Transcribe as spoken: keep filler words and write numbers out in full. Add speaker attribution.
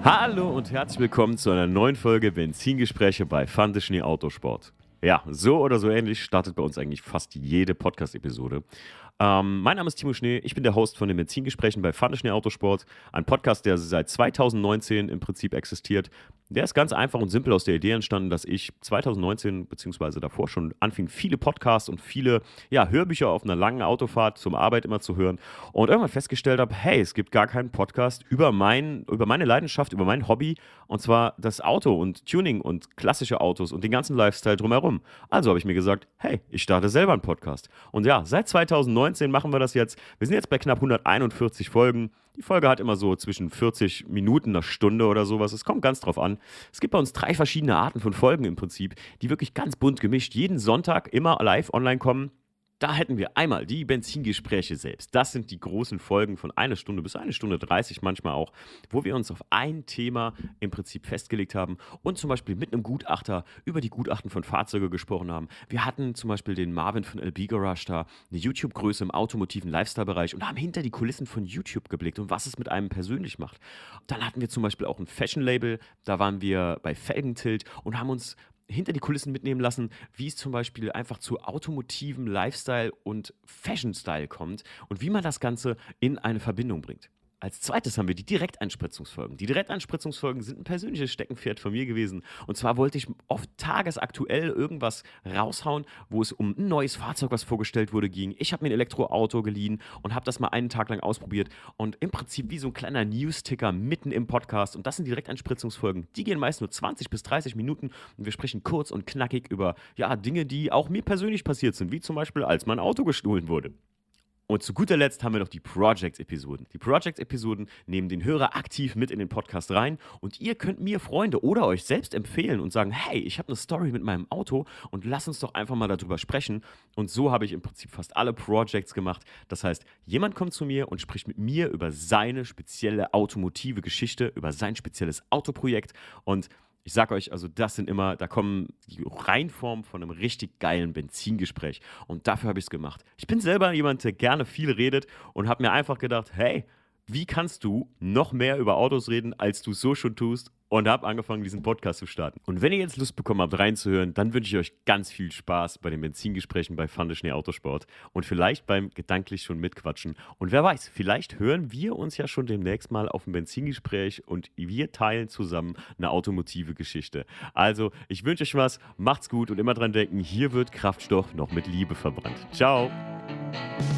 Speaker 1: Hallo und herzlich willkommen zu einer neuen Folge Benzingespräche bei Fandeschnee Autosport. Ja, so oder so ähnlich startet bei uns eigentlich fast jede Podcast-Episode. Ähm, mein Name ist Timo Schnee, ich bin der Host von den Benzingesprächen bei Fandeschnee Autosport, ein Podcast, der seit zweitausendneunzehn im Prinzip existiert. Der ist ganz einfach und simpel aus der Idee entstanden, dass ich zweitausendneunzehn bzw. davor schon anfing, viele Podcasts und viele ja, Hörbücher auf einer langen Autofahrt zur Arbeit immer zu hören und irgendwann festgestellt habe, hey, es gibt gar keinen Podcast über, mein, über meine Leidenschaft, über mein Hobby, und zwar das Auto und Tuning und klassische Autos und den ganzen Lifestyle drumherum. Also habe ich mir gesagt, hey, ich starte selber einen Podcast. Und ja, seit zweitausendneunzehn machen wir das jetzt. Wir sind jetzt bei knapp hunderteinundvierzig Folgen. Die Folge hat immer so zwischen vierzig Minuten, einer Stunde oder sowas. Es kommt ganz drauf an. Es gibt bei uns drei verschiedene Arten von Folgen im Prinzip, die wirklich ganz bunt gemischt jeden Sonntag immer live online kommen. Da hätten wir einmal die Benzingespräche selbst. Das sind die großen Folgen von einer Stunde bis eine Stunde dreißig manchmal auch, wo wir uns auf ein Thema im Prinzip festgelegt haben und zum Beispiel mit einem Gutachter über die Gutachten von Fahrzeugen gesprochen haben. Wir hatten zum Beispiel den Marvin von L B Garage da, eine YouTube-Größe im automotiven Lifestyle-Bereich, und haben hinter die Kulissen von YouTube geblickt und was es mit einem persönlich macht. Dann hatten wir zum Beispiel auch ein Fashion-Label, da waren wir bei Felgentilt und haben uns hinter die Kulissen mitnehmen lassen, wie es zum Beispiel einfach zu automotivem Lifestyle und Fashion-Style kommt und wie man das Ganze in eine Verbindung bringt. Als zweites haben wir die Direkteinspritzungsfolgen. Die Direkteinspritzungsfolgen sind ein persönliches Steckenpferd von mir gewesen. Und zwar wollte ich oft tagesaktuell irgendwas raushauen, wo es um ein neues Fahrzeug, was vorgestellt wurde, ging. Ich habe mir ein Elektroauto geliehen und habe das mal einen Tag lang ausprobiert. Und im Prinzip wie so ein kleiner News-Ticker mitten im Podcast. Und das sind die Direkteinspritzungsfolgen. Die gehen meist nur zwanzig bis dreißig Minuten. Und wir sprechen kurz und knackig über ja, Dinge, die auch mir persönlich passiert sind. Wie zum Beispiel, als mein Auto gestohlen wurde. Und zu guter Letzt haben wir noch die Project-Episoden. Die Project-Episoden nehmen den Hörer aktiv mit in den Podcast rein und ihr könnt mir Freunde oder euch selbst empfehlen und sagen, hey, ich habe eine Story mit meinem Auto und lass uns doch einfach mal darüber sprechen. Und so habe ich im Prinzip fast alle Projects gemacht. Das heißt, jemand kommt zu mir und spricht mit mir über seine spezielle automotive Geschichte, über sein spezielles Autoprojekt, und ich sag euch, also das sind immer, da kommen die Reinformen von einem richtig geilen Benzingespräch. Und dafür habe ich es gemacht. Ich bin selber jemand, der gerne viel redet und habe mir einfach gedacht, hey, wie kannst du noch mehr über Autos reden, als du so schon tust? Und habe angefangen, diesen Podcast zu starten. Und wenn ihr jetzt Lust bekommen habt, reinzuhören, dann wünsche ich euch ganz viel Spaß bei den Benzingesprächen bei Fandeschnee Autosport und vielleicht beim gedanklich schon mitquatschen. Und wer weiß, vielleicht hören wir uns ja schon demnächst mal auf dem Benzingespräch und wir teilen zusammen eine automotive Geschichte. Also, ich wünsche euch was, macht's gut und immer dran denken, hier wird Kraftstoff noch mit Liebe verbrannt. Ciao!